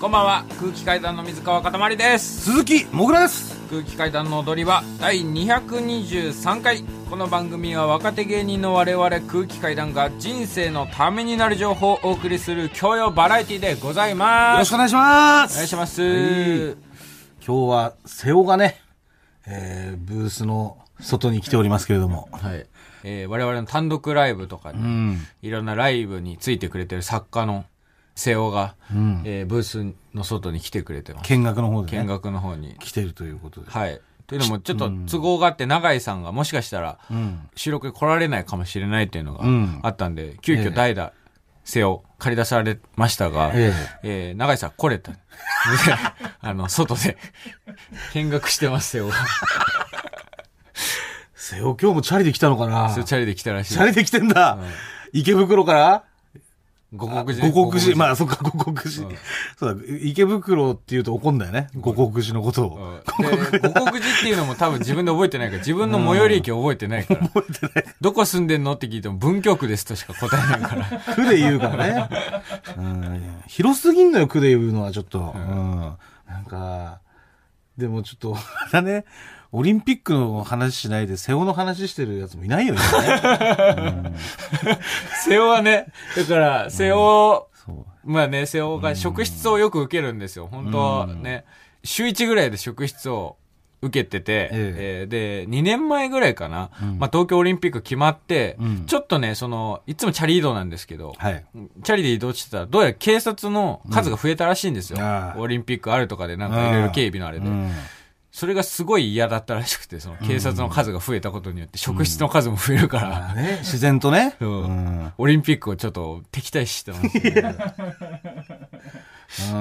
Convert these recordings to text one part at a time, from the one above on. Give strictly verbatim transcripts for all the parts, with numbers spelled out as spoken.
こんばんは、空気階段の水川かたまりです。 鈴木もぐらです。 空気階段の踊り場だいにひゃくにじゅうさんかい。この番組は若手芸人の我々空気階段が人生のためになる情報をお送りする教養バラエティでございます。 よろしくお願いします。 お願いします、 はい、今日は瀬尾がね、えー、ブースの外に来ておりますけれども、 はい、えー、我々の単独ライブとかに、うん、いろんなライブについてくれてる作家の瀬尾が、うん、えー、ブースの外に来てくれてます。 見学の方で、ね、 見学の方に来てるということで、 はい。というのもちょっと都合があって、永井さんがもしかしたら収録に来られないかもしれないというのがあったんで、急遽代打瀬尾借り出されましたが、えええー、永井さん来れたあの外で見学してます。瀬尾が瀬尾今日もチャリで来たのかな。 そう、チャリで来たらしい。 チャリで来てんだ、うん、池袋から五国寺。 五国寺。まあ、そっか、五国寺。うん、そうだ、池袋って言うと怒んだよね。五国寺のことを。うん、 で、五国寺っていうのも多分自分で覚えてないから、自分の最寄り駅を覚えてないから。覚えてない。どこ住んでんのって聞いても文京区ですとしか答えないから。 区で言うからね。うん、広すぎんのよ、区で言うのはちょっと。うん、なんか、でもちょっと、だね。オリンピックの話しないで瀬尾の話してるやつもいないよね。うん、 瀬尾はね、だから瀬尾、うん、まあね、瀬尾が職質をよく受けるんですよ。本当はね、うん、週いちぐらいで職質を受けてて、えええー、でにねんまえぐらいかな、うん、まあ、東京オリンピック決まって、うん、ちょっとね、そのいつもチャリ移動なんですけど、はい、チャリで移動してたらどうやら警察の数が増えたらしいんですよ。うん、オリンピックあるとかでなんかいろいろ警備のあれで。それがすごい嫌だったらしくて、その警察の数が増えたことによって職質の数も増えるから、 うんね、自然とね、 うん、オリンピックをちょっと敵対視してますね。 うん、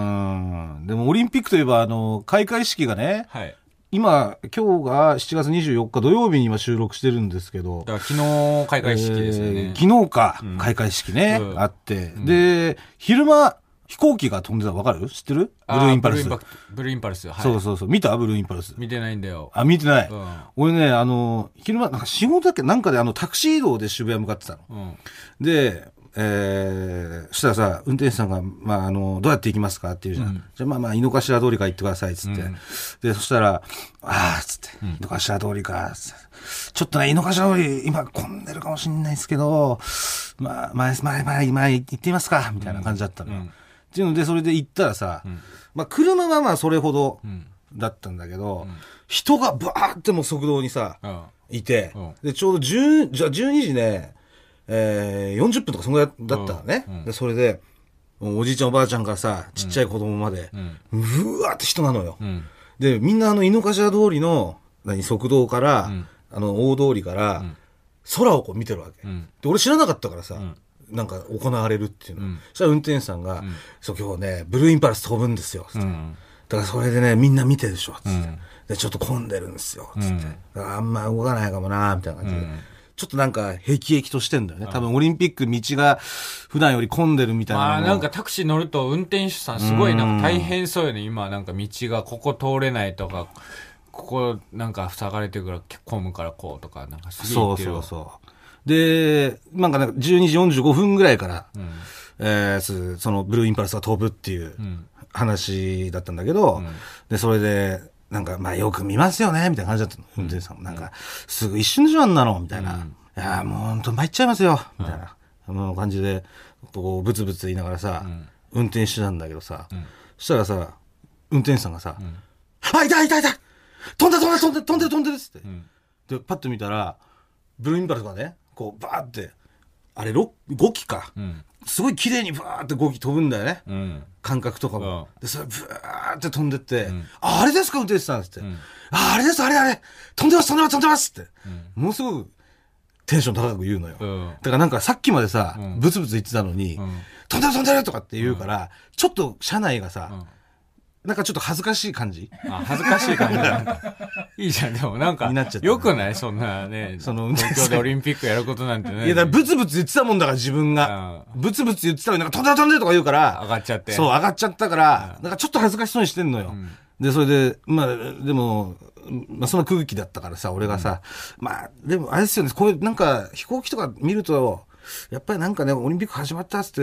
でもオリンピックといえばあの開会式がね、はい、今今日がしちがつにじゅうよっか土曜日に今収録してるんですけど、 だから昨日開会式ですよね。 えー、昨日か、うん、開会式ね、うん、あって、うん、で昼間飛行機が飛んでたの分かる？知ってる？ブルーインパルス。 ブルーインパルス。はい。 そうそうそう。見た？ブルーインパルス。 見てないんだよ。 あ、見てない。うん、俺ね、あの、昼間、なんか仕事だっけなんかであの、タクシー移動で渋谷向かってたの。うん、で、えー、そしたらさ、運転手さんが、まあ、あの、どうやって行きますかって言うじゃん。うん、じゃあまあまあ、井の頭通りから行ってください、つって。うん、で、そしたら、あー、つって、うん、井の頭通りか、つって。ちょっとね、井の頭通り、今混んでるかもしれないですけど、まあ、前、前、前、前行ってみますかみたいな感じだったのよ。うんうんっていうのでそれで行ったらさ、うん、まあ車はまあそれほどだったんだけど、うん、人がバーってもう側道にさ、うん、いて、うん、でちょうどじゅうじゃあじゅうにじね、えー、よんじゅっぷんとかそのぐらいだったのね、うん、でそれでおじいちゃんおばあちゃんからさちっちゃい子供まで、うん、うわーって人なのよ、うん、でみんなあの井の頭通りの何側道から、うん、あの大通りから、うん、空をこう見てるわけ、うん、で俺知らなかったからさ、うんなんか行われるっていうの、うん、そしたら運転手さんが、うん、そう今日ねブルーインパルス飛ぶんですよつって、うん、だからそれでねみんな見てるでしょつって、うん、でちょっと混んでるんですよつって、うん、だからあんま動かないかもなみたいな感じで、うん、ちょっとなんかへきへきとしてんだよね、多分オリンピック道が普段より混んでるみたいなの、 まあなんかタクシー乗ると運転手さんすごいなんか大変そうよね、今なんか道がここ通れないとかここなんか塞がれてるから混むからこうとかなんかすげえ言ってる。 そうそうそうで、なんかね、じゅうにじよんじゅうごふんぐらいから、うんえー、そのブルーインパルスが飛ぶっていう話だったんだけど、うん、で、それで、なんか、まあよく見ますよね、みたいな感じだったの、運転手さんも。なんか、すぐ一瞬でしょ、あんなの、みたいな。うん、いや、もうほんと参っちゃいますよ、みたいな、うん、感じで、こう、ブツブツ言いながらさ、うん、運転してたんだけどさ、うん、そしたらさ、運転手さんがさ、うん、あ、いたいたいた飛んだ飛んだ飛んでる飛んでる飛んでるっつって、うん、で、パッと見たら、ブルーインパルスがね、こうバーってあれごきか、うん、すごい綺麗にバーってごき飛ぶんだよね、うん、感覚とかも、うん、でそれブーって飛んでって、うん、ああれですか運転手さんって、うん、ああれですあれあれ飛んでます飛んでます飛んでますって、うん、ものすごくテンション高く言うのよ、うん、だからなんかさっきまでさ、うん、ブツブツ言ってたのに、うん、飛んでる飛んでるとかって言うから、うん、ちょっと車内がさ、うんなんかちょっと恥ずかしい感じあ恥ずかしい感じなんかいいじゃんでもなんかよくないそんなねその東京でオリンピックやることなんてねいやだからブツブツ言ってたもんだから自分がブツブツ言ってたのになんか飛んでる飛んでるとか言うから上がっちゃってそう上がっちゃったからなんかちょっと恥ずかしそうにしてんのよ、うん、でそれでまあでもまあその空気だったからさ俺がさ、うん、まあでもあれですよねこういうなんか飛行機とか見るとやっぱりなんかねオリンピック始まったっつって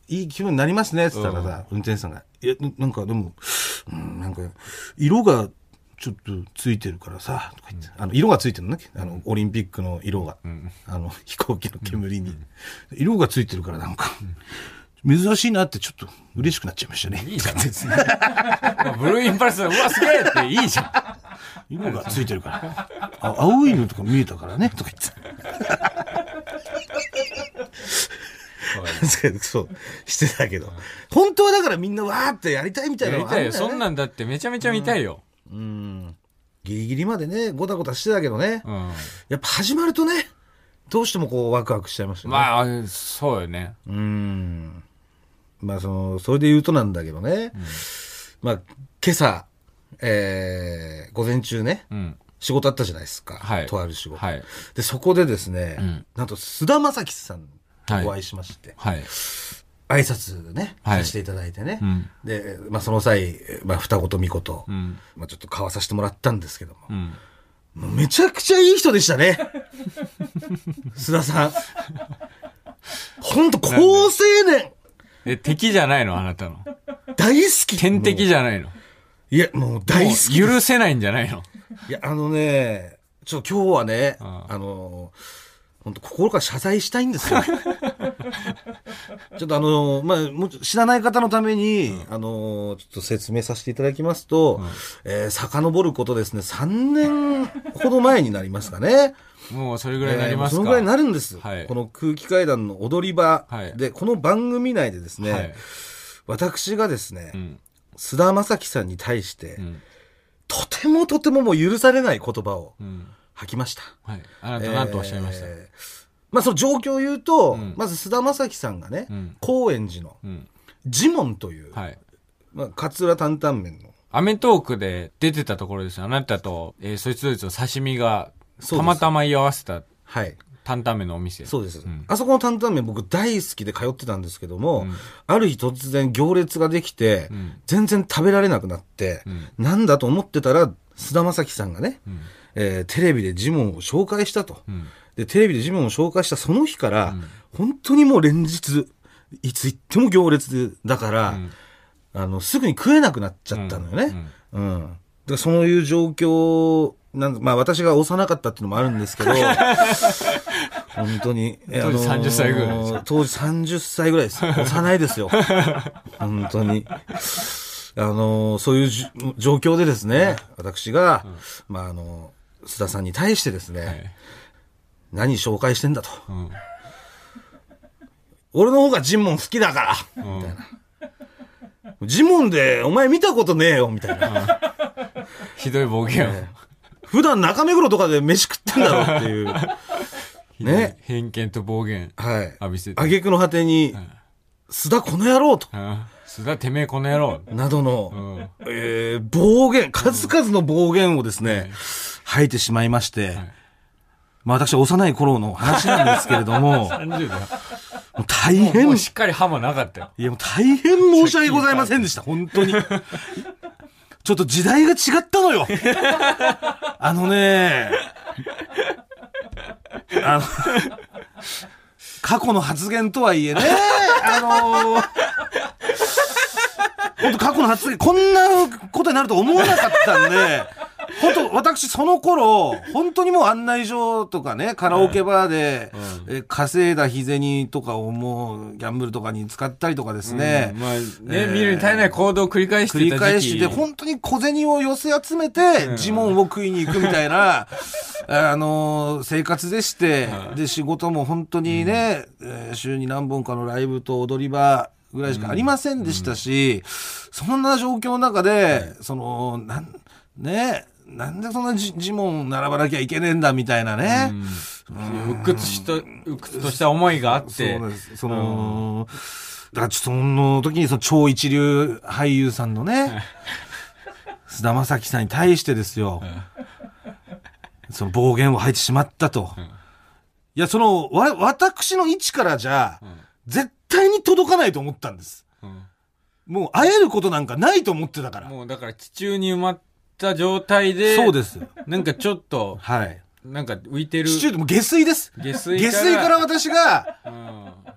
いい気分になりますねって言ったらさ、うん、運転手さんが、いや、なんかでも、うん、なんか、色がちょっとついてるからさ、とか言って、うん、あの、色がついてるのね、あの、オリンピックの色が、うん、あの、飛行機の煙に、うん、色がついてるからなんか、うん、珍しいなってちょっと嬉しくなっちゃいましたね。 いいじゃん、別に。ブルーインパルス、うわ、すげえっていいじゃん。 色がついてるから。あ、青いのとか見えたからね、とか言って。そうしてたけど、本当はだからみんなわーってやりたいみたいなのがあるんだよね。やりたいよ。そんなんだってめちゃめちゃ見たいよ。 うん。うん、ギリギリまでね、ごたごたしてたけどね。うん、やっぱ始まるとね、どうしてもこうワクワクしちゃいますよね。 まあ、そうよね。 うん。まあその、それで言うとなんだけどね。うん、まあ、今朝、えー、午前中ね、うん、仕事あったじゃないですか。はい。とある仕事。はい。で、そこでですね、うん、なんと菅田将暉さんとお会いしまして、はい。挨拶ね、させていただいてね。うん、で、まあその際、まあ二言三言、うん、まあちょっと交わさせてもらったんですけども、うん、もうめちゃくちゃいい人でしたね。菅田さん。ほんと好青年。 え、敵じゃないのあなたの。 大好き。 天敵じゃないの。 いや、もう大好き。 許せないんじゃないの。 いや、あのね、ちょっと今日はね、あ, あの、本当心から謝罪したいんですよ。ちょっとあの、まあ、もう知らない方のために、うん、あの、ちょっと説明させていただきますと、うん、えー、遡ることですね、さんねんほど前になりますかね。 もうそれぐらいになりますか。 えー、そのぐらいになるんです。はい、この空気階段の踊り場で、はい、この番組内でですね、はい、私がですね、うん、菅田将暉さんに対して、うん、とてもとてももう許されない言葉を吐きました。 うん、はい。あなた何とおっしゃいました？えー、 まあその状況を言うと、うん、まず菅田将暉さんがね、うん、高円寺の、うん、ジモンという、はい、まあ、桂担々麺の。 アメトークで出てたところですよ。あなたと、えー、そいつどいつの刺身がたまたま居合わせた。はい。担々麺のお店。 そうです、うん。あそこの担々麺僕大好きで通ってたんですけども、うん、ある日突然行列ができて、うん、全然食べられなくなって、うん、なんだと思ってたら、菅田将暉さんがね、うん、えー、テレビでジモンを紹介したと、うん。で、テレビでジモンを紹介したその日から、うん、本当にもう連日、いつ行っても行列だから、うん、あの、すぐに食えなくなっちゃったのよね。うん。うんうん、でそういう状況、なんまあ私が幼かったっていうのもあるんですけど、本当に。 当時さんじゅっさいぐらいですか？ 当時さんじゅっさいぐらいです。幼いですよ。本当に。あの、そういう状況でですね、私が、うん、まああの、須田さんに対してですね、はい、何紹介してんだと。うん、俺の方がジモン好きだから、うん、みたいな。ジモンでお前見たことねえよ、みたいな。うん、 ひどい暴言を。ね、 普段中目黒とかで飯食ってんだろっていう。ね。 偏見と暴言。はい。浴びせて。 挙句の果てに、須田この野郎と。 須田てめえこの野郎。 などの、うん、えー、暴言、数々の暴言をですね、うん、吐いてしまいまして、はい、まあ私は幼い頃の話なんですけれども、さんじゅうだよ。もう大変もう。 もうしっかり歯もなかったよ。 いやもう大変申し訳ございませんでした、本当に。ちょっと時代が違ったのよ。あのね、あの、過去の発言とはいえね、あのー、本当過去の発言、こんなことになると思わなかったんで、本当私その頃、本当にもう案内所とかね、カラオケバーで、うん、え稼いだ日銭とかをもうギャンブルとかに使ったりとかですね。 うん、まあね、えー、見るに絶えない行動を繰り返してた時期。 繰り返して、本当に小銭を寄せ集めて、ジモンを食いに行くみたいな、あのー、生活でして、で、仕事も本当にね、うんえー、週に何本かのライブと踊り場、ぐらいしかありませんでしたし、うん、そんな状況の中で、はい、その、なん、ね、なんでそんなジモン並ばなきゃいけねえんだみたいなね。 うっくつした、うっくつとした思いがあって。 そうです。その、だからその時にその超一流俳優さんのね、菅田将暉さんに対してですよ、その暴言を吐いてしまったと。いや、その、わ、私の位置からじゃ、絶対に届かないと思ったんです。もう会えることなんかないと思ってたから。 もうだから地中に埋まった状態で、 そうです。 なんかちょっと、はい。なんか浮いてる。 地中でも下水です。 下水から。下水から私が、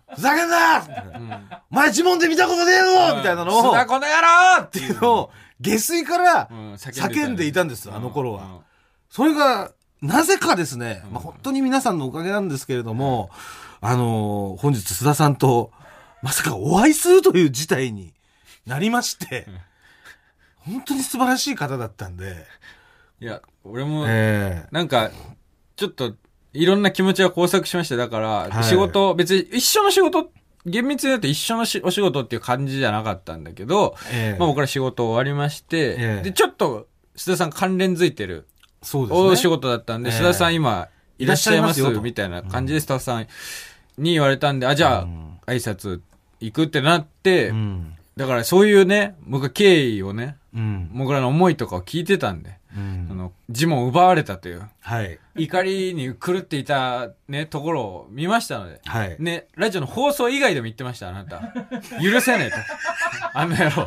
ふざけんな、うん、お前呪文で見たことねえぞ、うん、みたいなのを、 須田この野郎っていうのを、下水から叫んでいたんです、うん、あの頃は。うんうん、それが、なぜかですね、まあ、本当に皆さんのおかげなんですけれども、うん、あのー、本日須田さんと、まさかお会いするという事態になりまして、うん、本当に素晴らしい方だったんで。 いや、俺も、えー、なんか、ちょっと、いろんな気持ちが交錯しました。だから、はい、仕事、別に一緒の仕事、厳密に言うと一緒のしお仕事っていう感じじゃなかったんだけど、えー、まあ僕ら仕事終わりまして、えー、で、ちょっと、須田さん関連づいてる、そうですね。お仕事だったんで、えー、須田さん今、いらっしゃいますみたいな感じでスタッフさんに言われたんで、あ、じゃあ、うん、挨拶行くってなって、うん、だからそういうね、僕は経緯をね、うん、僕らの思いとかを聞いてたんで、うん、あの、呪文を奪われたという、はい、怒りに狂っていたね、ところを見ましたので、はい、ね、ラジオの放送以外でも言ってました、あなた。許せねえと。あの野郎。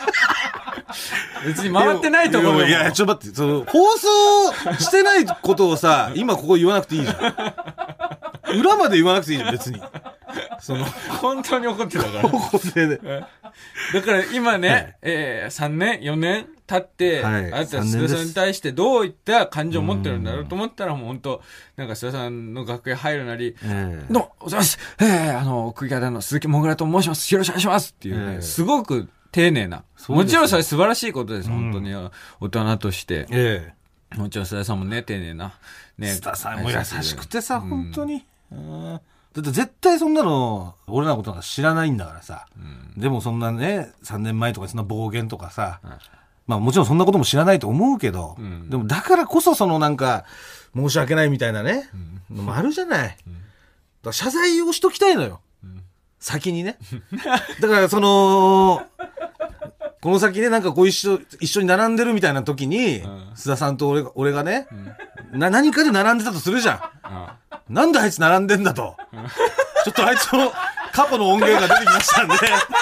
別に回ってないところでも。 いやいや、ちょっと待って、その、放送してないことをさ、今ここ言わなくていいじゃん。裏まで言わなくていいじゃん、別に。その、 本当に怒ってたから。 怒ってね。 だから今ね、はい、えー、さんねん、よねん経って、はい、あなた須田さんに対してどういった感情を持ってるんだろうと思ったら、もう本当、なんか須田さんの楽屋入るなり、えー、どうも、おはようございます。えー、あの、クギャダの鈴木もぐらと申します。よろしくお願いしますっていうね、えー、すごく丁寧な。もちろんそれ素晴らしいことです、うん、本当に。大人として。えー、もちろん須田さんもね、丁寧な。ね、 須田さんも優しくてさ、うん、本当に。うんだって絶対そんなの俺らのことなんか知らないんだからさ、うん、でもそんなねさんねんまえとかそんな暴言とかさ、うん、まあもちろんそんなことも知らないと思うけど、うん、でもだからこそそのなんか申し訳ないみたいなね、うん、のもあるじゃない、うん、だから謝罪をしときたいのよ、うん、先にねだからそのこの先ねなんかこう一緒一緒に並んでるみたいな時に、うん、須田さんと俺が俺がね、うん、な何かで並んでたとするじゃん、うん、なんであいつ並んでんだと、うん、ちょっとあいつの過去の音源が出てきましたんで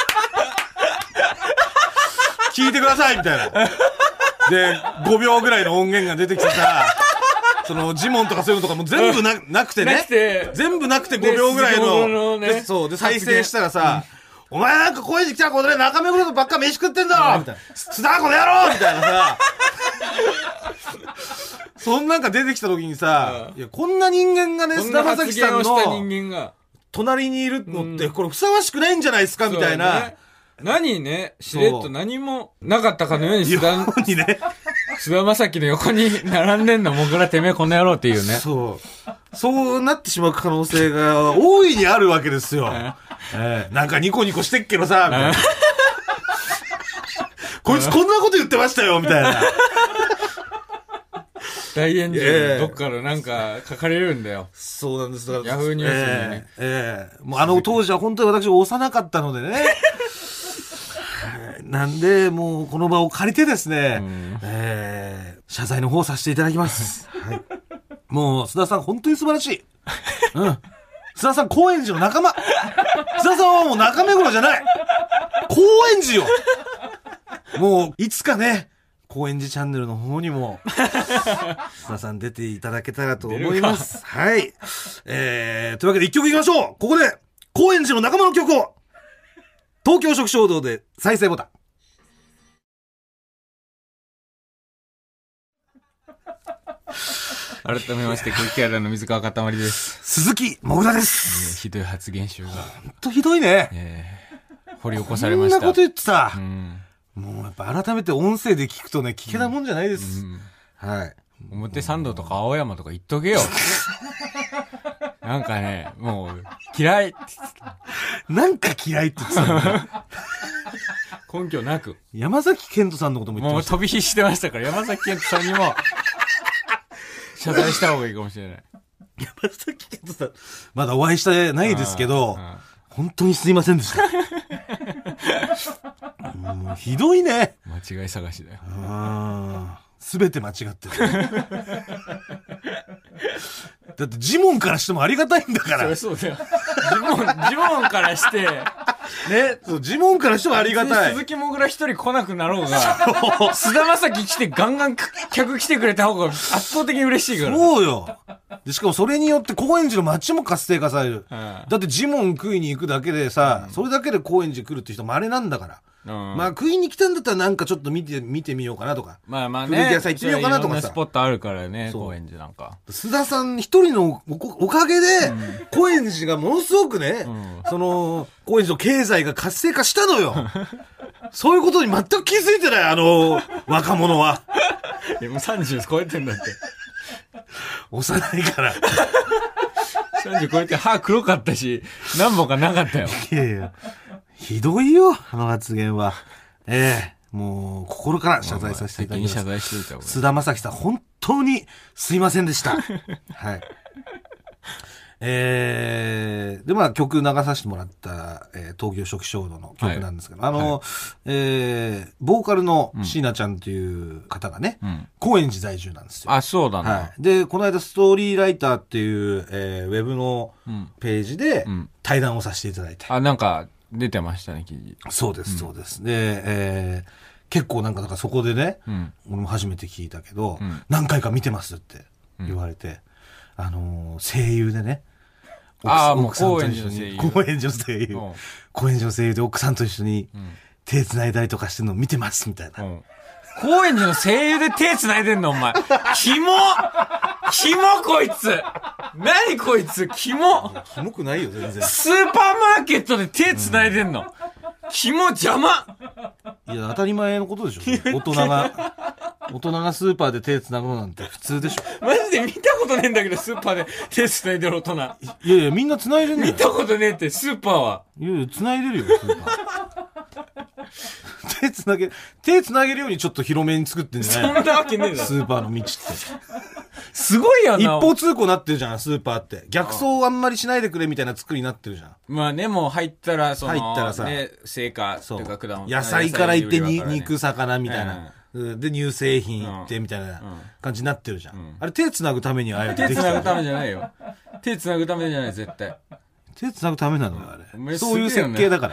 聞いてくださいみたいなでごびょうぐらいの音源が出てきてさその呪文とかそういうのとかも全部 な,、うん、なくてねなくて全部なくてごびょうぐらいの、のね、でそうで再生したらさ、うん、お前なんか声に来たことで中目黒とばっか飯食ってんだろ、うん、みたいな須田この野郎みたいなさそんなんか出てきた時にさ、いやこんな人間がね須田将暉さんの隣にいるのってこれふさわしくないんじゃないですかみたいな、ね、 何ねしれっと何もなかったかのように須田にね須田将暉の横に並んでんのもぐらてめえこの野郎っていうねそうそうなってしまう可能性が大いにあるわけですよ、えー、なんかニコニコしてっけどさみたいなこいつこんなこと言ってましたよみたいな大炎上でどっからなんか書かれるんだよ。 そうなんです。だからヤフーニュースにね。 ええー、もうあの当時は本当に私幼かったのでね。なんでもうこの場を借りてですね、うんえー、謝罪の方をさせていただきます。はい、もう須田さん本当に素晴らしい。うん。須田さん高円寺の仲間。須田さんはもう中目黒じゃない。高円寺よ。もういつかね。高円寺チャンネルの方にも須田さん出ていただけたらと思います。はい、えー、というわけで一曲いきましょう。ここで高円寺の仲間の曲を東京食衝動で再生ボタン。 改めまして空気穴の水川かたまりです。 鈴木もぐらです。 ひどい発言集がほんとひどいね、 えー、掘り起こされました。 こんなこと言ってた、うんもうやっぱ改めて音声で聞くとね聞けたもんじゃないです、うんうん、はい表参道とか青山とか言っとけよなんかねもう嫌いなんか嫌いって言ってたの、ね、 根拠なく山崎賢人さんのことも言ってました。 もう飛び火してましたから山崎賢人さんにも謝罪した方がいいかもしれない山崎賢人さんまだお会いしてないですけど本当にすいませんでしたもうひどいね。 間違い探しだよ。 すべて間違ってる。だってジモンからしてもありがたいんだから。 そうだよ。ジモン、ジモンからして、 ね。 そう、ジモンからしてはありがたい。 鈴木もぐら一人来なくなろうが、菅田将暉来てガンガン客来てくれた方が圧倒的に嬉しいから。 そうよ。で、しかもそれによって高円寺の街も活性化される。うん、だってジモン食いに行くだけでさ、うん、それだけで高円寺来るって人稀なんだから。うん、まあ食いに来たんだったらなんかちょっと見て、見てみようかなとか。 まあまあね。 古着屋さん行ってみようかなとかさ。 スポットあるからね、高円寺なんか。 須田さん一人の お, おかげで、うん、高円寺がものすごくね、うん、その、高円寺の経済が活性化したのよ。そういうことに全く気づいてない、あの、若者は。 いやもうさんじゅう超えてんだって。 幼いから。 さんじゅう超えて歯黒かったし、何本かなかったよ。 いやいや。ひどいよ、あの発言は。ええー、もう、心から謝罪させていただきます。 先に謝罪しておいた方がいい。 菅田将暉さん、本当にすいませんでした。はい。えー、で、まあ、曲流させてもらった、えー、東京初期衝動の曲なんですけど、はい、あの、はい、えー、ボーカルの椎名ちゃんという方がね、うん、高円寺在住なんですよ。 あ、そうだね。 はい。で、この間、ストーリーライターっていう、えー、ウェブのページで対談をさせていただいて。 うん、あ、なんか、出てましたね、記事。 そうです、そうです。うん、で、えー、結構なんか、だからそこでね、うん、俺も初めて聞いたけど、うん、何回か見てますって言われて、うん、あのー、声優でね、 ああ、もう高円寺の声優。 高円寺の声優。高円寺の声優で奥さんと一緒に手繋いだりとかしてるのを見てますみたいな。うん、 高円寺の声優で手繋いでんのお前。キモキモこいつ何こいつキモキモくないよ全然。 スーパーマーケットで手繋いでんの、うん、キモ邪魔。 いや当たり前のことでしょ。大人が。大人がスーパーで手繋ぐのなんて普通でしょ。 マジで見たことねえんだけど、スーパーで手繋いでる大人。いやいや、みんな繋いでんだよ。 見たことねえって、スーパーは。 いやいや、繋いでるよ、スーパー。手繋げ、手繋げるようにちょっと広めに作ってんじゃないそんなわけねえだろ。 スーパーの道って。 すごいよな。 一方通行になってるじゃん、スーパーって。逆走あんまりしないでくれみたいな作りになってるじゃん。 まあね、もう入ったら、その、 入ったらさ、 ね、成果とか果物。 野菜から行ってに、肉、魚みたいな。で、乳製品行ってみたいな感じになってるじゃん。うん、あれ手繋ぐためにああやって手繋ぐためじゃないよ。手繋ぐためじゃない、絶対。 手繋ぐためなのよ、あれ。ね、そういう設計だから。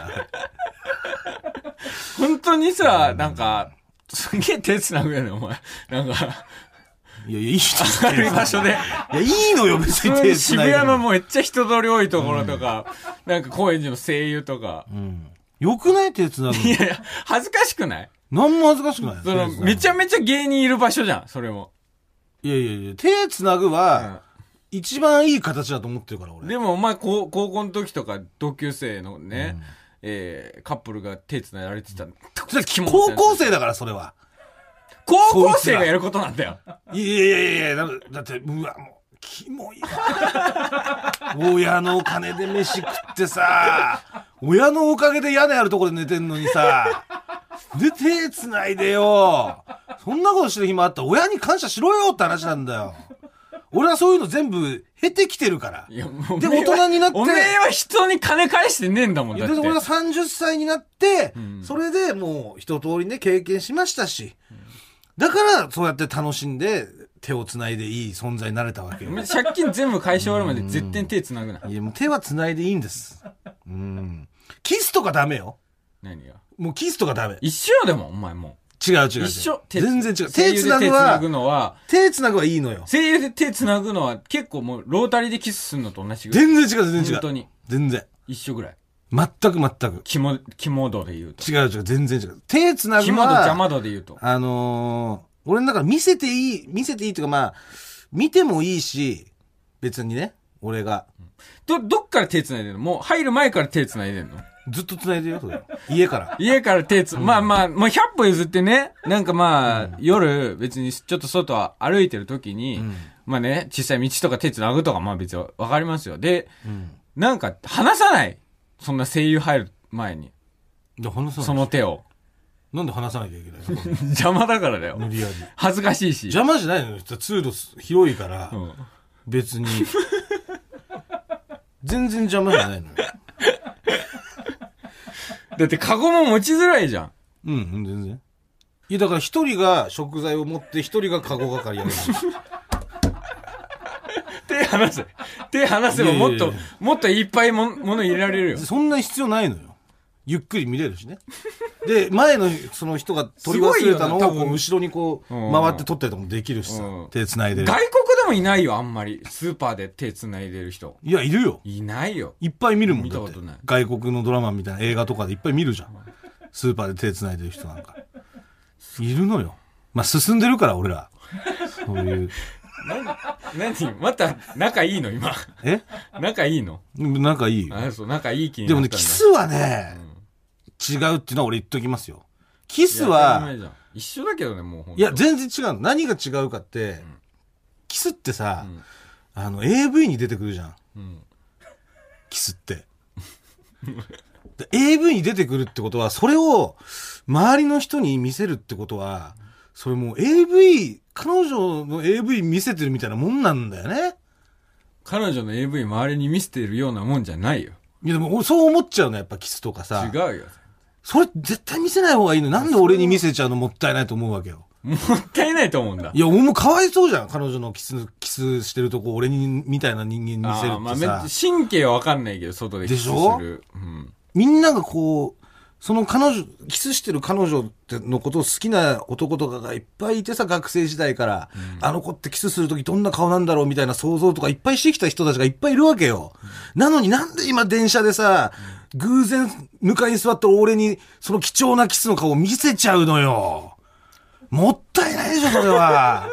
本当にさ、うん、なんか、すげえ手繋ぐやねん、お前。なんか。 いやいや、いい人明るい場所で。 いや、いいのよ、別に手繋いで。 渋谷のもうめっちゃ人通り多いところとか、うん、なんか高円寺の声優とか。 うん。よくない手繋ぐの。 いやいや、恥ずかしくないなんも恥ずかしくない。 その、めちゃめちゃ芸人いる場所じゃん、それも。 いやいやいや、手繋ぐは、うん、一番いい形だと思ってるから、俺。 でも、お前、高校の時とか、同級生のね、うん、えー、カップルが手繋いられてた。 高校生だから、それは。 高校生がやることなんだよ。 いやいやいやいや、だって、うわ、もう、キモいわ。親のお金で飯食ってさ、親のおかげで屋根あるところで寝てんのにさ、で、手繋いでよ。そんなことしてる暇あったら親に感謝しろよって話なんだよ。俺はそういうの全部経てきてるから。いや、もうで、大人になって。 おめえは人に金返してねえんだもん、だって。 で、俺はさんじゅっさいになって、うん、それでもう一通りね、経験しましたし。だから、そうやって楽しんで、手を繋いでいい存在になれたわけよ。 借金全部返し終わるまで絶対手繋ぐな。 いや、もう手は繋いでいいんです。うん。キスとかダメよ。 何がもうキスとかダメ。 一緒よ、でも、お前もう。違う違う違う。 一緒。 全然違う。手繋ぐは、 手繋ぐのは、 手繋ぐはいいのよ。 声優で手繋ぐのは結構もう、ロータリーでキスするのと同じぐらい。全然違う、全然違う。 本当に。 全然。 一緒ぐらい。 全く全く。 肝、肝度で言うと。 違う違う、全然違う。手繋ぐは、 肝度邪魔度で言うと。 あのー、俺の中で見せていい、見せていいっていうかまあ、見てもいいし、別にね、俺が。 ど、どっから手繋いでんの？もう入る前から手繋いでんの？ ずっと繋いでるよ、それ。家から。 家から手つ、うん、まあまあ、もうひゃっぽ譲ってね、なんかまあ、うん、夜、別にちょっと外歩いてる時に、うん、まあね、小さい道とか手繋ぐとか、まあ別にわかりますよ。で、うん、なんか、離さない。そんな声優入る前に。 で、離さない。 その手を。 なんで離さなきゃいけないの？ 邪魔だからだよ。 無理やり。 恥ずかしいし。 邪魔じゃないのよ。通路広いから、うん、別に。全然邪魔じゃないのよ。 だってカゴも持ちづらいじゃん。 うん、全然。いや、だから一人が食材を持って一人がカゴ係やる。 手離せ。手離せばもっと、いやいやいやもっといっぱいも、もの入れられるよ。 そんな必要ないのよ。 ゆっくり見れるしね。で、前のその人が取り忘れたのをこう後ろにこう回って取ったりとかもできるしさ、うん、手繋いでる。 外国でもいないよ、あんまり。スーパーで手繋いでる人。 いや、いるよ。 いないよ。 いっぱい見るもん。見たことない。外国のドラマみたいな映画とかでいっぱい見るじゃん。スーパーで手繋いでる人なんか。いるのよ。まあ、進んでるから、俺ら。そういう。 何何また仲いいの今。 え仲いいの仲いいよ。 あ、そう、仲いい気になったんだ。 でもね、キスはね、うん、違うっていうのは俺言っときますよ。キスは、 一緒だけどね、もういや、全然違うの。何が違うかって、うん、キスってさ、うん、あの、エーブイ に出てくるじゃん。うん、キスって。エーブイ に出てくるってことは、それを周りの人に見せるってことは、それもう エーブイ、彼女の エーブイ 見せてるみたいなもんなんだよね。 彼女の エーブイ 周りに見せてるようなもんじゃないよ。 いやでもそう思っちゃうの、やっぱキスとかさ。 違うよ。 それ絶対見せない方がいいの。なんで俺に見せちゃうのもったいないと思うわけよ。 もったいないと思うんだ。 いや、俺もかわいそうじゃん。彼女のキス、キスしてるとこ俺に、みたいな人間に見せるってさ。あまあ、めっちゃ神経はわかんないけど、外でキスする。でしょ、うん、 みんながこう、その彼女、キスしてる彼女のことを好きな男とかがいっぱいいてさ、学生時代から、うん、あの子ってキスするときどんな顔なんだろうみたいな想像とかいっぱいしてきた人たちがいっぱいいるわけよ。うん、なのになんで今電車でさ、うん、偶然向かいに座った俺にその貴重なキスの顔を見せちゃうのよ。もったいないでしょ、それは。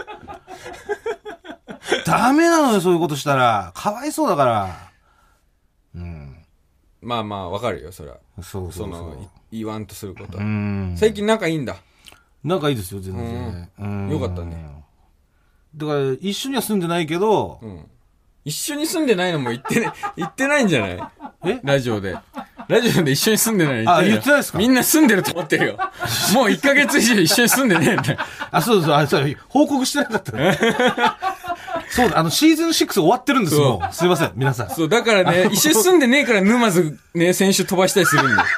ダメなのよ、そういうことしたら。かわいそうだから。うん。 まあまあ、わかるよ、それは。 そうそうそう。その、言わんとすること。うん。最近仲いいんだ。 仲いいですよ、全然。 うん。よかったね。 だから、一緒には住んでないけど、 うん。一緒に住んでないのも言ってね、言ってないんじゃない？え？ラジオで。ラジオで一緒に住んでないの言ってる。 あ、言ってないですか？ みんな住んでると思ってるよ。もういっかげつ以上一緒に住んでねえんだよ。 あ、そうそう、あ、そう、報告してなかった。そうだ、あの、シーズンシックス終わってるんですよ。もうすいません、皆さん。 そう、だからね、一緒に住んでねえから沼津ね、選手飛ばしたりするんだよ。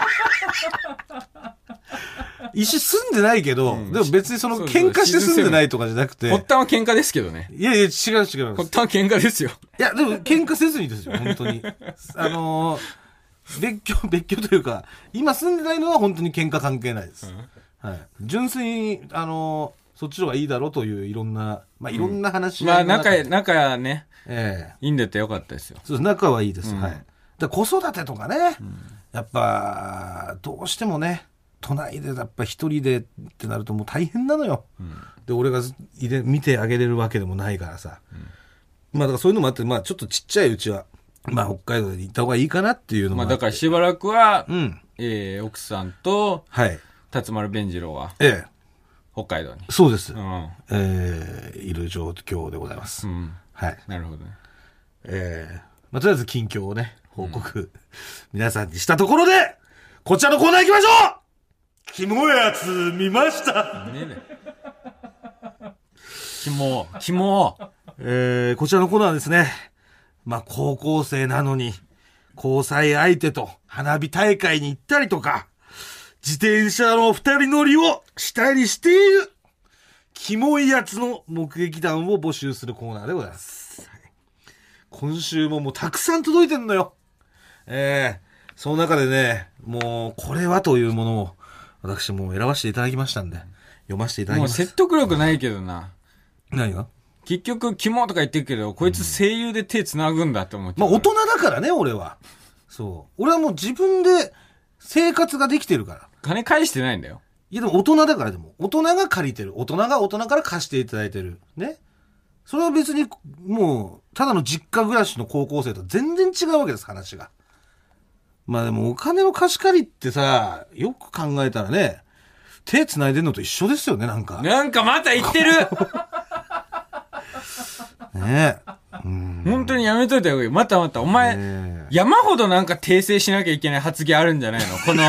一緒住んでないけど、うん、でも別にその喧嘩して住んでないとかじゃなくて。 発端は喧嘩ですけどね。 いやいや、違う違う。発端は喧嘩ですよ。 いや、でも喧嘩せずにですよ、本当に。あのー、別居、別居というか、今住んでないのは本当に喧嘩関係ないです。うん、はい。純粋に、あのー、そっちの方がいいだろうといういろんな、まあいろんな話、 うん、まあ仲、仲ね、ええー。いいんでってよかったですよ。 そう、仲はいいです。うん、はい。だ子育てとかね、うん、やっぱ、どうしてもね、都内でやっぱ一人でってなるともう大変なのよ。うん、で、俺がいれ見てあげれるわけでもないからさ。うん、まあだからそういうのもあって、まあちょっとちっちゃいうちは、まあ北海道で行った方がいいかなっていうのもあって。 まあだからしばらくは、うん、えー、奥さんと、はい。辰丸弁次郎は、ええ。北海道に。 そうです。うん、えー、いる状況でございます。うん、はい。 なるほどね。 えー、まあとりあえず近況をね、報告、うん、皆さんにしたところで、こちらのコーナー行きましょうキモいやつ見ましたねえねキモキモえー、こちらのコーナーはですね、まあ高校生なのに交際相手と花火大会に行ったりとか自転車の二人乗りをしたりしているキモいやつの目撃談を募集するコーナーでございます。今週ももうたくさん届いてんのよ。えー、その中でね、もうこれはというものを私も選ばせていただきましたんで、読ませていただきます。 もう説得力ないけどな。 何が？ 結局、キモとか言ってるけど、こいつ声優で手繋ぐんだって思っちゃう。 まあ大人だからね、俺は。そう。俺はもう自分で生活ができてるから。 金返してないんだよ。 いやでも大人だからでも、大人が借りてる。大人が大人から貸していただいてる。ね。それは別に、もう、ただの実家暮らしの高校生とは全然違うわけです、話が。まあでもお金の貸し借りってさ、よく考えたらね、手繋いでんのと一緒ですよね、なんか。 なんかまた言ってるねえ。 本当にやめといた方がいい。またまた、お前、ね、山ほどなんか訂正しなきゃいけない発言あるんじゃないのこの、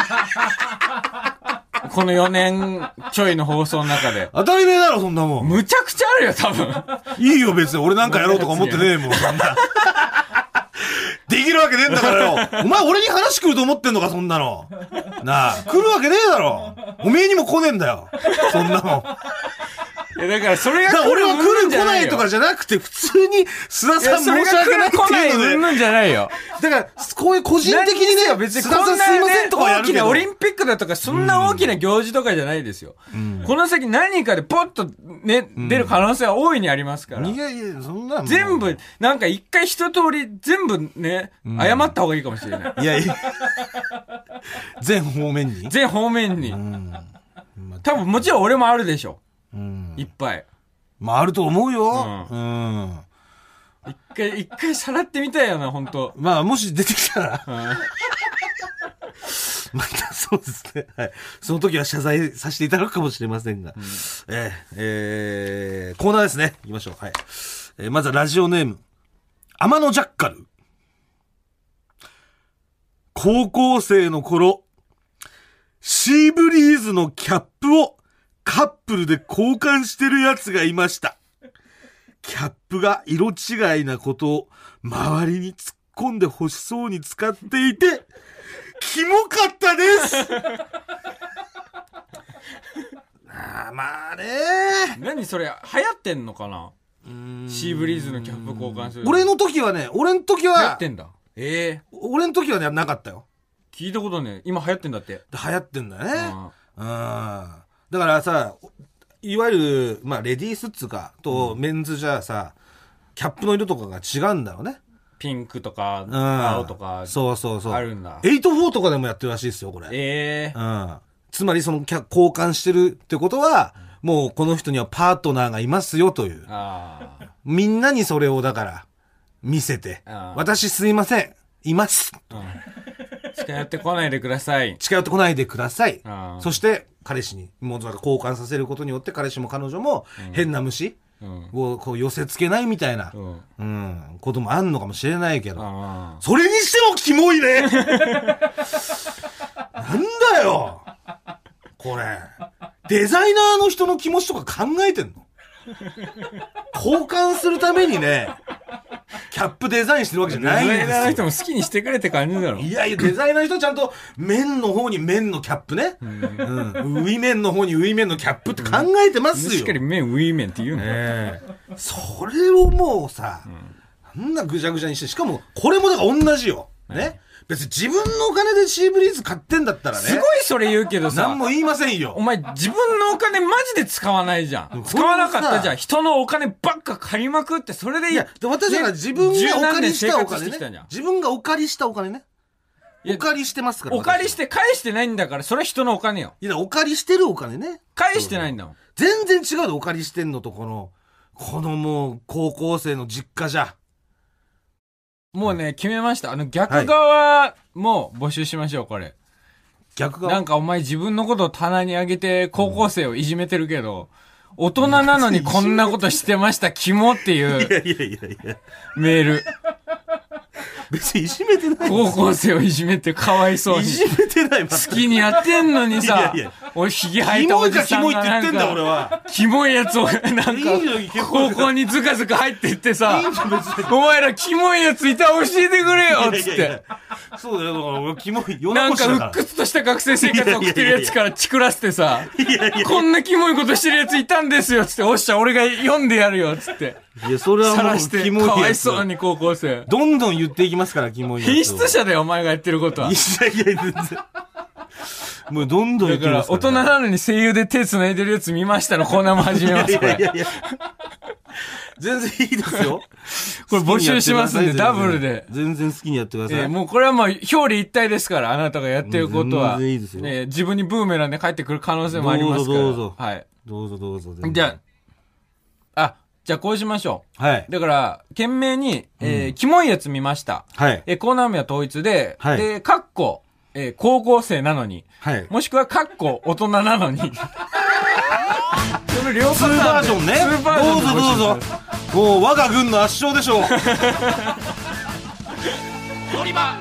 このよねんちょいの放送の中で。 当たり前だろ、そんなもん。 むちゃくちゃあるよ、多分。 いいよ、別に。俺なんかやろうとか思ってねえもん、そんな。できるわけねえんだからよ。お前俺に話来ると思ってんのか、そんなの。なあ、来るわけねえだろ。おめえにも来ねえんだよ。そんなの。 いやだからそれが来る俺は来る来ないとかじゃなくて、普通に須田さん申し訳ないっていうので。 うんぬんじゃないよ。 だから、こういう個人的にね、 別にこんな、ね、 すいませんとかやるけど大きなオリンピックだとか、そんな大きな行事とかじゃないですよ。うん、この先何かでポッとね、うん、出る可能性は大いにありますから。 いやいや、そんな全部、なんか一回一通り全部ね、うん、謝った方がいいかもしれない。 いやいや。全方面に全方面に。うん、多分もちろん俺もあるでしょ。うん、いっぱい。 まああると思うよ。うん。うん、 一回、一回さらってみたいよな、本当。 まあもし出てきたら。うん、またそうですね。はい。その時は謝罪させていただくかもしれませんが。うん、えー、えー、コーナーですね。行きましょう。はい。えー、まずはラジオネーム。天野ジャッカル。高校生の頃、シーブリーズのキャップをカップルで交換してるやつがいました。キャップが色違いなことを周りに突っ込んで欲しそうに使っていて、キモかったですあまあね何それ流行ってんのかな。シーブリーズのキャップ交換する。 俺の時はね、俺の時は。 流行ってんだ。ええー。 俺の時はね、なかったよ。 聞いたことね。今流行ってんだって。 流行ってんだね。うん。だからさ、いわゆる、まあ、レディースっつうか、と、メンズじゃさ、キャップの色とかが違うんだろうね。 ピンクとか、青とか、 そうそうそう。 あるんだ。 エイトフォーとかでもやってるらしいですよ、これ。 ええー。 うん。つまりその、交換してるってことは、もうこの人にはパートナーがいますよという。あみんなにそれをだから、見せて、私すいません、います。うん近寄ってこないでください。 近寄ってこないでください。そして、彼氏に、もう交換させることによって、彼氏も彼女も、変な虫をこう寄せ付けないみたいな、うん、うん、こともあんのかもしれないけど、それにしてもキモいねなんだよこれ。デザイナーの人の気持ちとか考えてんの交換するためにね、キャップデザインしてるわけじゃないんですよ。 デザイナーの人も好きにしてくれって感じだろ。 いやいや、デザイナーの人はちゃんと面の方に面のキャップね。うん。うん、ウィメンの方にウィメンのキャップって考えてますよ。 しっかり面、ウィメンって言うの、 ね、それをもうさ、うん、あんなぐちゃぐちゃにして、しかもこれもだから同じよ。ね。別に自分のお金でシーブリーズ買ってんだったらね。 すごいそれ言うけどさ。 何も言いませんよ。 お前自分のお金マジで使わないじゃん。使わなかったじゃん。人のお金ばっか借りまくって、それでいい。いや、 私は自分がお借りしたお金ね。自分がお借りしたお金ね。お借りしてますから。 お借りして返してないんだから、それは人のお金よ。 いや、お借りしてるお金ね。 返してないんだもん。 全然違うで、お借りしてんのと、この、このもう、高校生の実家じゃ。 もうね、決めました。あの、逆側も募集しましょう、これ。 逆側？ なんかお前自分のことを棚に上げて高校生をいじめてるけど、うん、大人なのにこんなことしてました、キモっていう。いやいやいやいや。メール。 別にいじめてない。 高校生をいじめてかわいそうに。 いじめてない。 好きにやってんのにさ、いやいや俺ひげ生えたおじさんがなんか、キモいかキモいって言ってんだ俺は。キモいやつをなんか、高校にズカズカ入ってってさ、お前らキモいやついたら教えてくれよつって。いやいやいやそうだよ、だから俺キモい。 なんか鬱屈とした学生生活を送ってるやつからチクらせてさ、いやいやいやこんなキモいことしてるやついたんですよつって、おっしゃ俺が読んでやるよつって。 いや、それはもうキモいやつ。 かわいそうに高校生。 どんどん言っていきますから、キモいやつ。 品質者だよ、お前がやってることは。 いやいや、全然。もうどんどん言ってますから。 だから、大人なのに声優で手繋いでるやつ見ましたのコーナーも始めます、これ。いやいやいや。 全然いいですよ。 これ募集しますんで、ダブルで。 全然好きにやってください。 えー、もうこれはもう表裏一体ですから、あなたがやってることは。 全然いいですよ。 えー、自分にブーメランで帰ってくる可能性もありますから。 どうぞどうぞ。 はい。 どうぞどうぞ。 じゃあ、あ、じゃあこうしましょう。 はい。 だから、懸命に、えー、キモいやつ見ました。 はい。 えー、コーナー名は統一で、はい。で、カッコ、えー、高校生なのに。 はい。 もしくはカッコ、大人なのに。その両パターン。ツーバージョンね。 ツーバージョン。 どうぞどうぞ。もう我が軍の圧勝でしょう。 ドリマ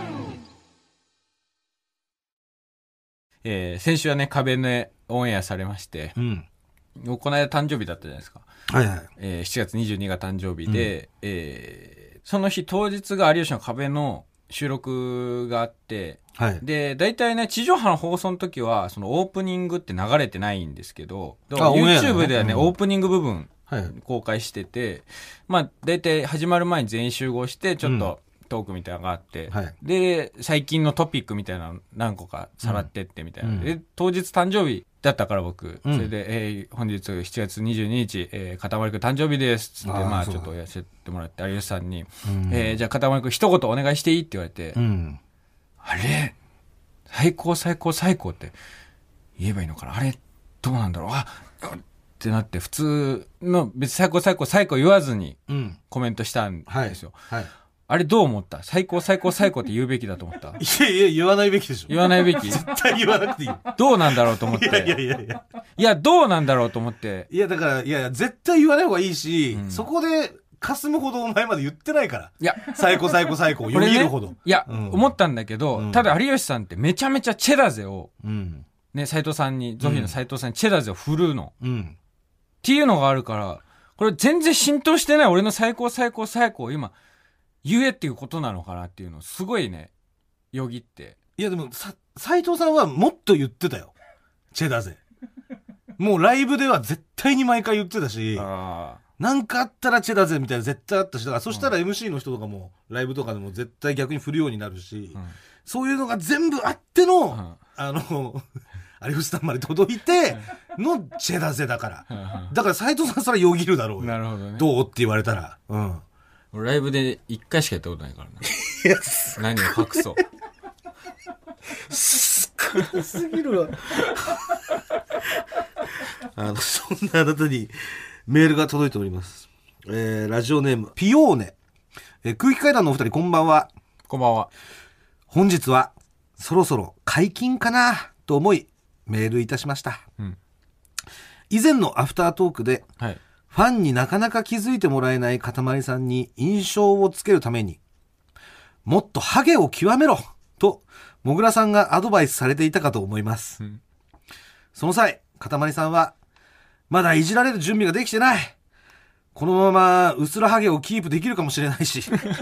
えー、先週はね、壁ね、オンエアされまして、うん。この間誕生日だったじゃないですか。 はいはい。 えー、しちがつにじゅうににが誕生日で、うん、えー、その日当日が有吉の壁の、 収録があって、 はい、 で、大体ね、地上波の放送の時は、そのオープニングって流れてないんですけど、YouTube ではね、うん、オープニング部分公開してて、はい、まあ、大体始まる前に全員集合して、ちょっとトークみたいなのがあって、うんはい、で、最近のトピックみたいなの何個かさらってってみたいな。うん、で、当日誕生日だったから僕、うん、それで、えー、本日しちがつにじゅうににち、えー、かたまりくん誕生日ですつって、まあちょっとやらせてもらって、有吉さんに、うん、えー、じゃあかたまりくん一言お願いしていいって言われて、うん、あれ最高最高最高って言えばいいのかな、あれどうなんだろう、あってなって、普通の別に最高最高最高言わずにコメントしたんですよ。はいはい、あれどう思った？最高最高最高って言うべきだと思った？ いやいや、言わないべきでしょ。 言わないべき？ 絶対言わなくていい。 どうなんだろうと思って。いやいやいやいや。 いや、どうなんだろうと思って。 いや、だから、いやいや、絶対言わない方がいいし、うん、そこで、霞むほどお前まで言ってないから。いや、最高最高最高、よぎるほど。 ね、いや、うん、思ったんだけど、うん、ただ有吉さんってめちゃめちゃチェダゼを、うん、ね、斎藤さんに、ゾフィーの斎藤さんにチェダゼを振るうの。うん、っていうのがあるから、これ全然浸透してない俺の最高最高最高を今、言えっていうことなのかなっていうのをすごいね、よぎって。 いやでも、さ、斎藤さんはもっと言ってたよ。チェダゼ。もうライブでは絶対に毎回言ってたし、なんかあったらチェダゼみたいな絶対あったし、だからそしたら エムシー の人とかもライブとかでも絶対逆に振るようになるし、うん、そういうのが全部あっての、うん、あの、有吉さんまで届いてのチェダゼだから。だから斎藤さんそれよぎるだろうよ。 なるほどね。 どうって言われたら。うん。 ライブで一回しかやったことないからね。いや、何を隠そう。 少なすぎるわ。あの、そんなあなたにメールが届いております。えー、ラジオネーム、ピオーネ。えー、空気階段のお二人、こんばんは。 こんばんは。 本日は、そろそろ解禁かなと思い、メールいたしました。うん、以前のアフタートークで、はい、ファンになかなか気づいてもらえないかたまりさんに印象をつけるために、もっとハゲを極めろと、もぐらさんがアドバイスされていたかと思います。うん、その際、かたまりさんは、まだいじられる準備ができてない。このまま薄らハゲをキープできるかもしれないし。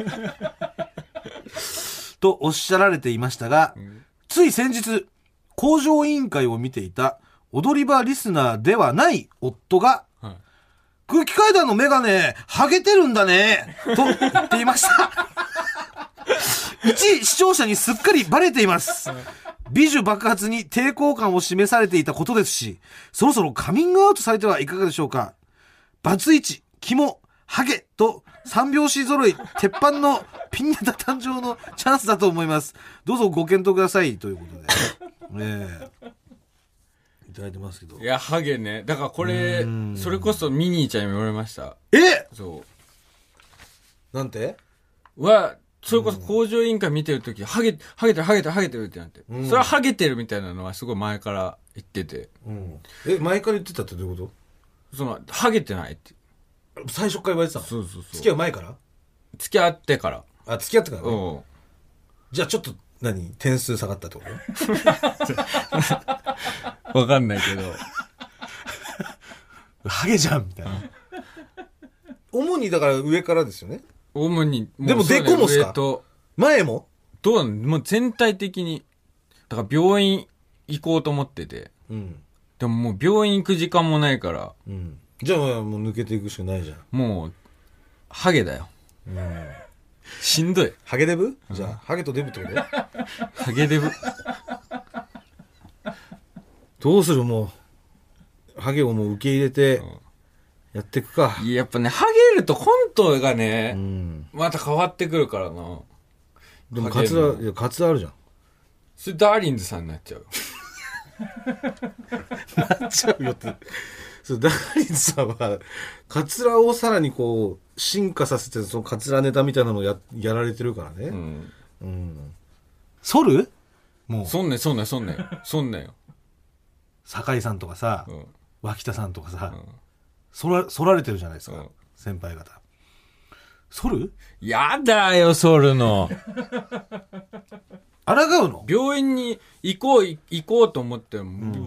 とおっしゃられていましたが、うん、つい先日、向上委員会を見ていた踊り場リスナーではない夫が、はい、空気階段のメガネ、ハゲてるんだね、と言っていました。一視聴者にすっかりバレています。美女爆発に抵抗感を示されていたことですし、そろそろカミングアウトされてはいかがでしょうか。バツイチ、キモ、ハゲと三拍子揃い、鉄板のピンネタ誕生のチャンスだと思います。どうぞご検討くださいということで。ねえ。いただいてますけど。 いや、ハゲね。だからこれ、それこそミニーちゃんにも言われました。 えそう。 なんては、それこそ工場委員会見てるとき、ハゲ、ハゲてる、ハゲてる、ハゲてるってなって。うん、それはハゲてるみたいなのはすごい前から言ってて。 うん、え、前から言ってたってどういうこと？その、ハゲてないって。 最初から言われてたの？ そうそうそう。 付き合う前から？ 付き合ってから。 あ、付き合ってからね。うん。じゃあちょっと、何点数下がったってことわかんないけど。ハゲじゃんみたいな。うん、主にだから上からですよね。 主に。 でもデコもっすか？前も？ どうなの？もう全体的に。だから病院行こうと思ってて。うん。でももう病院行く時間もないから。 うん。じゃあもう抜けていくしかないじゃん。 もう、ハゲだよ。うん。しんどい。 ハゲデブ？じゃあ、ハゲとデブってこと？ ハゲデブ。 どうするもう。ハゲをもう受け入れて、やっていくか。 いや、やっぱね、ハゲるとコントがね、うん、また変わってくるからな。 でもカツラ、いや、カツラあるじゃん。 それダーリンズさんになっちゃう。 なっちゃうよって。そうダーリンズさんは、カツラをさらにこう、進化させて、そのカツラネタみたいなのをや、やられてるからね。うん。うん。剃る？もう。 そんねん、そんねん、そんねん。そんねんよ。 酒井さんとかさ、うん、脇田さんとかさ、うん、剃ら、剃られてるじゃないですか。うん、先輩方。剃る？ やだよ、剃るの。 抗うの？ 病院に行こう、行こうと思っても、うん、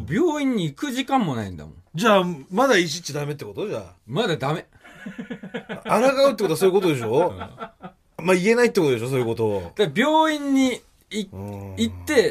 病院に行く時間もないんだもん。 じゃあ、まだいじっちゃダメってこと？じゃあ。 まだダメ。 抗うってことはそういうことでしょ？うん、 まあ言えないってことでしょ、そういうことを。 で病院にい行って、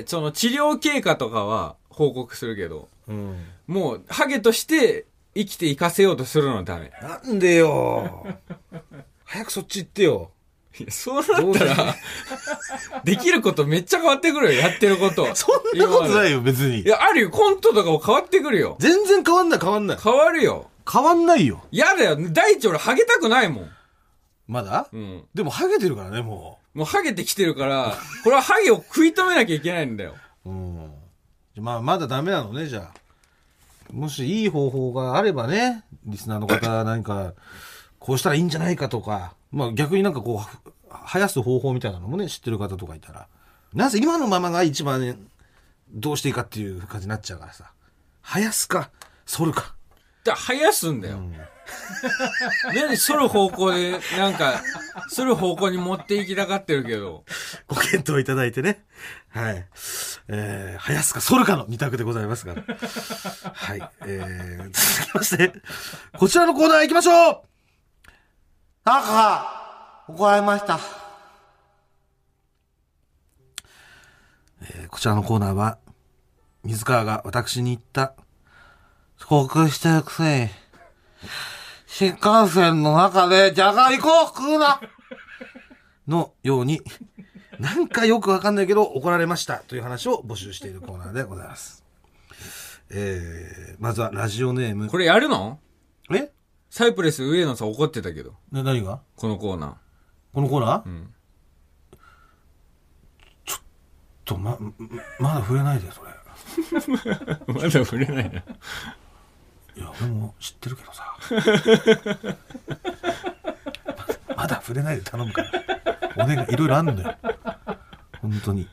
その治療経過とかは報告するけど、うん、もう、ハゲとして生きていかせようとするのはダメ。 なんでよ。早くそっち行ってよ。 いや、そうなったら、できることめっちゃ変わってくるよ、やってること。 そんなことないよ、別に。 いや、あるよ、コントとかも変わってくるよ。 全然変わんない、変わんない。 変わるよ。 変わんないよ。 やだよ、第一俺ハゲたくないもん。 まだうん。でもハゲてるからね、もう。もうハゲてきてるから、これはハゲを食い止めなきゃいけないんだよ。 うん。まあ、まだダメなのね、じゃあ。もしいい方法があればね、リスナーの方何か、こうしたらいいんじゃないかとか、まあ逆になんかこう、生やす方法みたいなのもね、知ってる方とかいたら。なぜ今のままが一番、ね、どうしていいかっていう感じになっちゃうからさ。生やすか、反るか。 だ生やすんだよ。うん、何反る方向で、なんか、反る方向に持っていきたがってるけど。 ご検討いただいてね。はい。えー、生やすか反るかの二択でございますから。はい。えー、続きまして、こちらのコーナー行きましょう。なんか、怒られました。えー、こちらのコーナーは、水川が私に言った、遅刻してるくせに、新幹線の中でじゃがりこを食うなのように、なんかよくわかんないけど怒られましたという話を募集しているコーナーでございます。えー、まずはラジオネーム。 これやるの？ え？ サイプレス上野さん怒ってたけど。 な、何が？ このコーナー。 このコーナー？ うん。 ちょっと、ま、まだ触れないで、それ。 まだ触れないな。 いや、俺も知ってるけどさ。ま, まだ触れないで頼むから。お願い、いろいろあんのよ。本当に。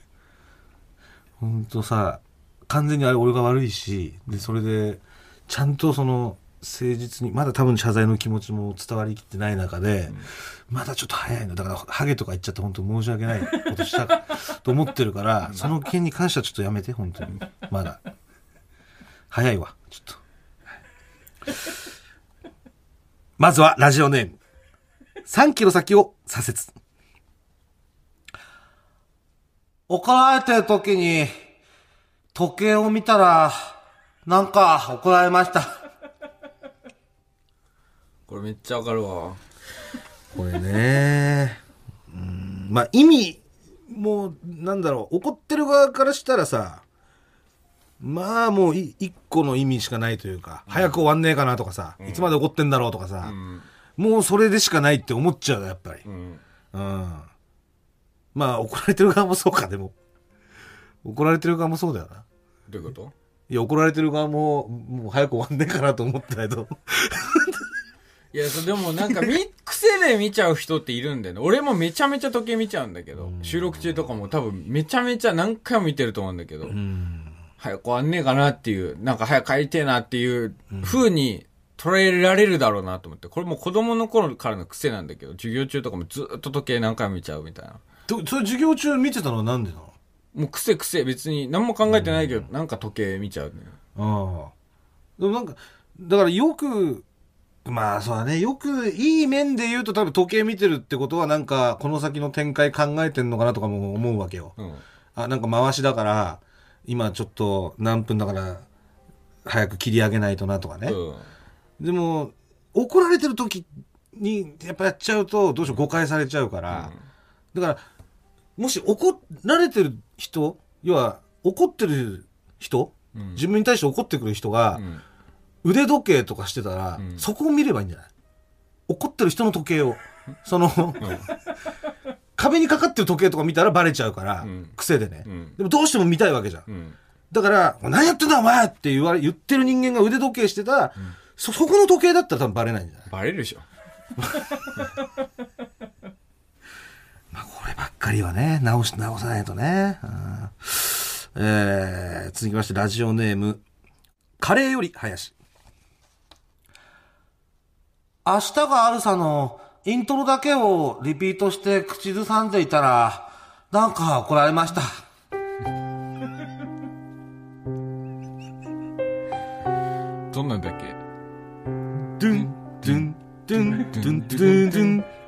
本当さ、完全にあれ俺が悪いし、で、それで、ちゃんとその、誠実に、まだ多分謝罪の気持ちも伝わりきってない中で、うん、まだちょっと早いの。だから、ハゲとか言っちゃって本当申し訳ないことしたと思ってるから、その件に関してはちょっとやめて、本当に。まだ。早いわ、ちょっと。まずはラジオネームさんキロ先を左折。怒られてる時に時計を見たらなんか怒られました。 これめっちゃわかるわ。 これね、うーん、まあ意味もうなんだろう、怒ってる側からしたらさ、まあもう一個の意味しかないというか、うん、早く終わんねえかなとかさ、うん、いつまで怒ってんだろうとかさ、うん、もうそれでしかないって思っちゃうよやっぱり、うんうん、まあ怒られてる側もそうか。でも怒られてる側もそうだよな。 どういうこと？ いや、怒られてる側ももう早く終わんねえかなと思ってないといや、でもなんか癖で見ちゃう人っているんだよね。俺もめちゃめちゃ時計見ちゃうんだけど、うん、収録中とかも多分めちゃめちゃ何回も見てると思うんだけど、うん、早く終わんねえかなっていう、なんか早く帰りてえなっていう風に捉えられるだろうなと思って、これも子供の頃からの癖なんだけど、授業中とかもずっと時計何回も見ちゃうみたいな。 それ授業中見てたのはなんでなの？ もう癖癖、別に何も考えてないけど、うん、なんか時計見ちゃうね。 ああ。でもなんか、だからよく、まあそうだね、よくいい面で言うと多分時計見てるってことはなんかこの先の展開考えてんのかなとかも思うわけよ。うん、あ、なんか回しだから、今ちょっと何分だから早く切り上げないとなとかね、うん、でも怒られてる時にやっぱやっちゃうとどうしよう誤解されちゃうから、うん、だからもし怒られてる人、要は怒ってる人、うん、自分に対して怒ってくる人が腕時計とかしてたら、うん、そこを見ればいいんじゃない？怒ってる人の時計をその、うん壁にかかってる時計とか見たらバレちゃうから、うん、癖でね、うん、でもどうしても見たいわけじゃん、うん、だから何やってんだお前って言われ言ってる人間が腕時計してたら、うん、そ, そこの時計だったら多分バレないんじゃない？ バレるでしょまあこればっかりはね直し直さないとね、うん、えー、続きましてラジオネームカレーより林。明日があるさのイントロだけをリピートして口ずさんでいたらなんか怒られました。 どんなんだっけ？ ドゥンドゥンドゥンドゥンドゥンドゥン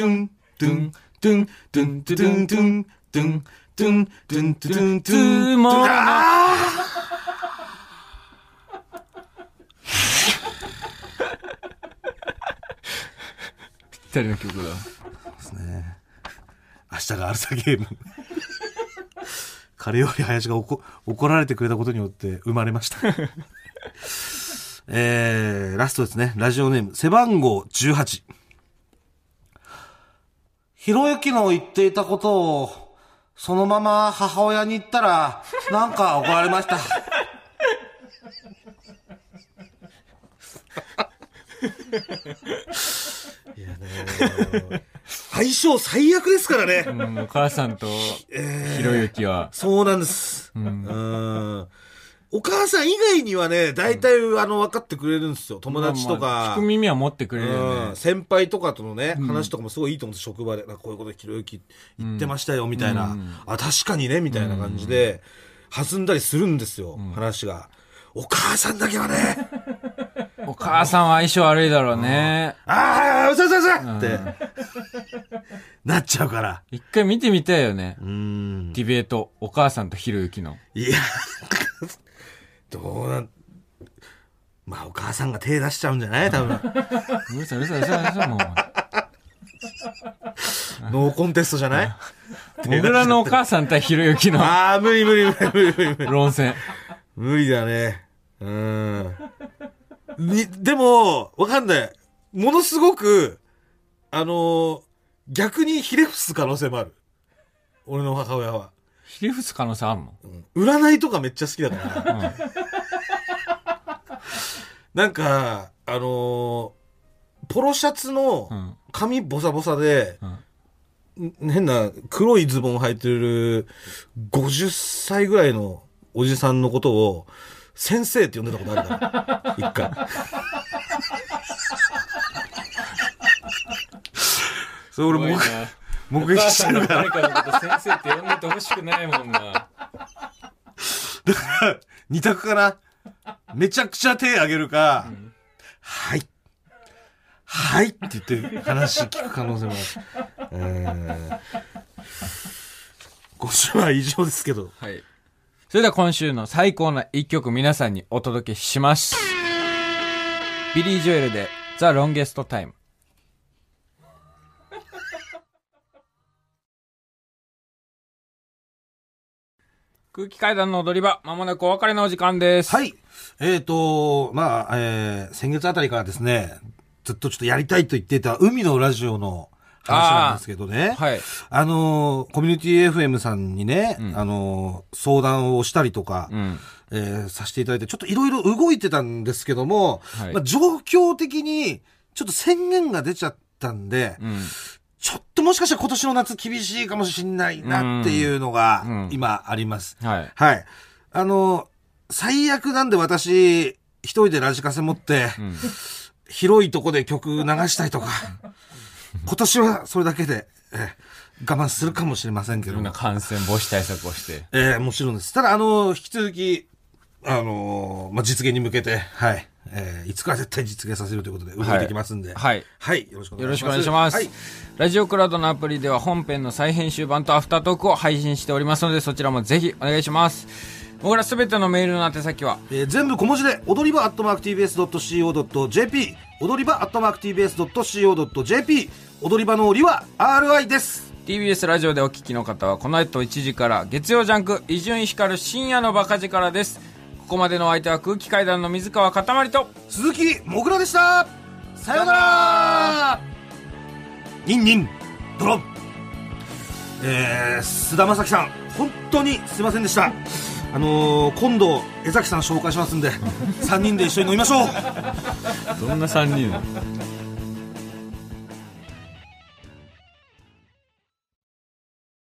トゥントゥントゥントゥントゥントゥントゥントゥントゥントゥントゥントゥントゥンぴったりの曲だですね。明日があるさゲーム彼より林が怒怒られてくれたことによって生まれましたえー、ラストですね。ラジオネーム背番号じゅうはち。ひろゆきの言っていたことをそのまま母親に言ったらなんか怒られましたいやね相性最悪ですからね、 うん、お母さんとひろゆきは、 えー、そうなんです、うん、うんお母さん以外にはね、大体、うん、あの分かってくれるんですよ。友達とか、まあまあ、聞く耳は持ってくれるよね、 うん、先輩とかとのね、うん、話とかもすごいいいと思うんです。職場でこういうことひろゆき言ってましたよみたいな、うん、あ確かにねみたいな感じで弾んだりするんですよ、うん、話が。お母さんだけはねお母さんは相性悪いだろうね、 うん、ああうそうそうそうって、うん、なっちゃうから。 一回見てみたいよね、うんディベートお母さんとひろゆきの。 いやどうなんまあお母さんが手出しちゃうんじゃない多分うるさいうるさいうるさいうるさいもうノーコンテストじゃないもぐらのお母さん対ひろゆきのああ無理無理無理無理無理無理論戦無理だね。うんにでもわかんないものすごくあのー、逆にひれ伏す可能性もある。俺の母親はひれ伏す可能性あんの、 うん、占いとかめっちゃ好きだから、うん、なんかあのー、ポロシャツの髪ボサボサで、うん、変な黒いズボン履いてるごじゅっさいぐらいのおじさんのことを先生って呼んでたことあるから一回それ俺も目撃してるから誰かのこと先生って呼んでてほしくないもんな。だから二択かな。めちゃくちゃ手あげるか、うん、はいはいって言って話聞く可能性もある。えー、今週は以上ですけど、 はい、それでは今週の最高な一曲皆さんにお届けします。ビリー・ジョエルでザ・ロンゲスト・タイム。空気階段の踊り場、まもなくお別れのお時間です。 はい。えっと、まあ、えー、先月あたりからですね、ずっとちょっとやりたいと言っていた海のラジオの話なんですけどね。 はい。あのー、コミュニティ エフエム さんにね、うん、あのー、相談をしたりとか、うんえー、させていただいて、ちょっといろいろ動いてたんですけども、はい、まあ、状況的にちょっと宣言が出ちゃったんで、うんちょっともしかしたら今年の夏厳しいかもしれないなっていうのが今あります。 うんうん、はい。 はい。あの、最悪なんで私、一人でラジカセ持って、うん、 広いとこで曲流したいとか、今年はそれだけで、えー、我慢するかもしれませんけども。 感染防止対策をして。 えー、もちろんです。ただ、あの、引き続き、あのー、まあ、実現に向けて、はい。えー、いつかは絶対実現させるということで動いていきますんで。 はい。 はい。よろしくお願いします。 よろしくお願いします。 はい。 ラジオクラウドのアプリでは本編の再編集版とアフタートークを配信しておりますので、そちらもぜひお願いします。僕らすべてのメールの宛先は、 えー、全部小文字で、踊り場アットマーク ティービーエスドットシーオードットジェーピー、踊り場アットマーク ティービーエスドットシーオードットジェーピー、踊り場のりは アールアイ です。 ティービーエス ラジオでお聞きの方は、この後いちじから月曜ジャンク、伊集院光る深夜のバカ力です。ここまでのお相手は空気階段の水川かたまりと鈴木もぐらでした。さようなら。ニンニンドロン。えー、菅田将暉さん、本当にすいませんでした。あのー、今度江崎さん紹介しますんでさんにんで一緒に飲みましょう。 どんなさんにん？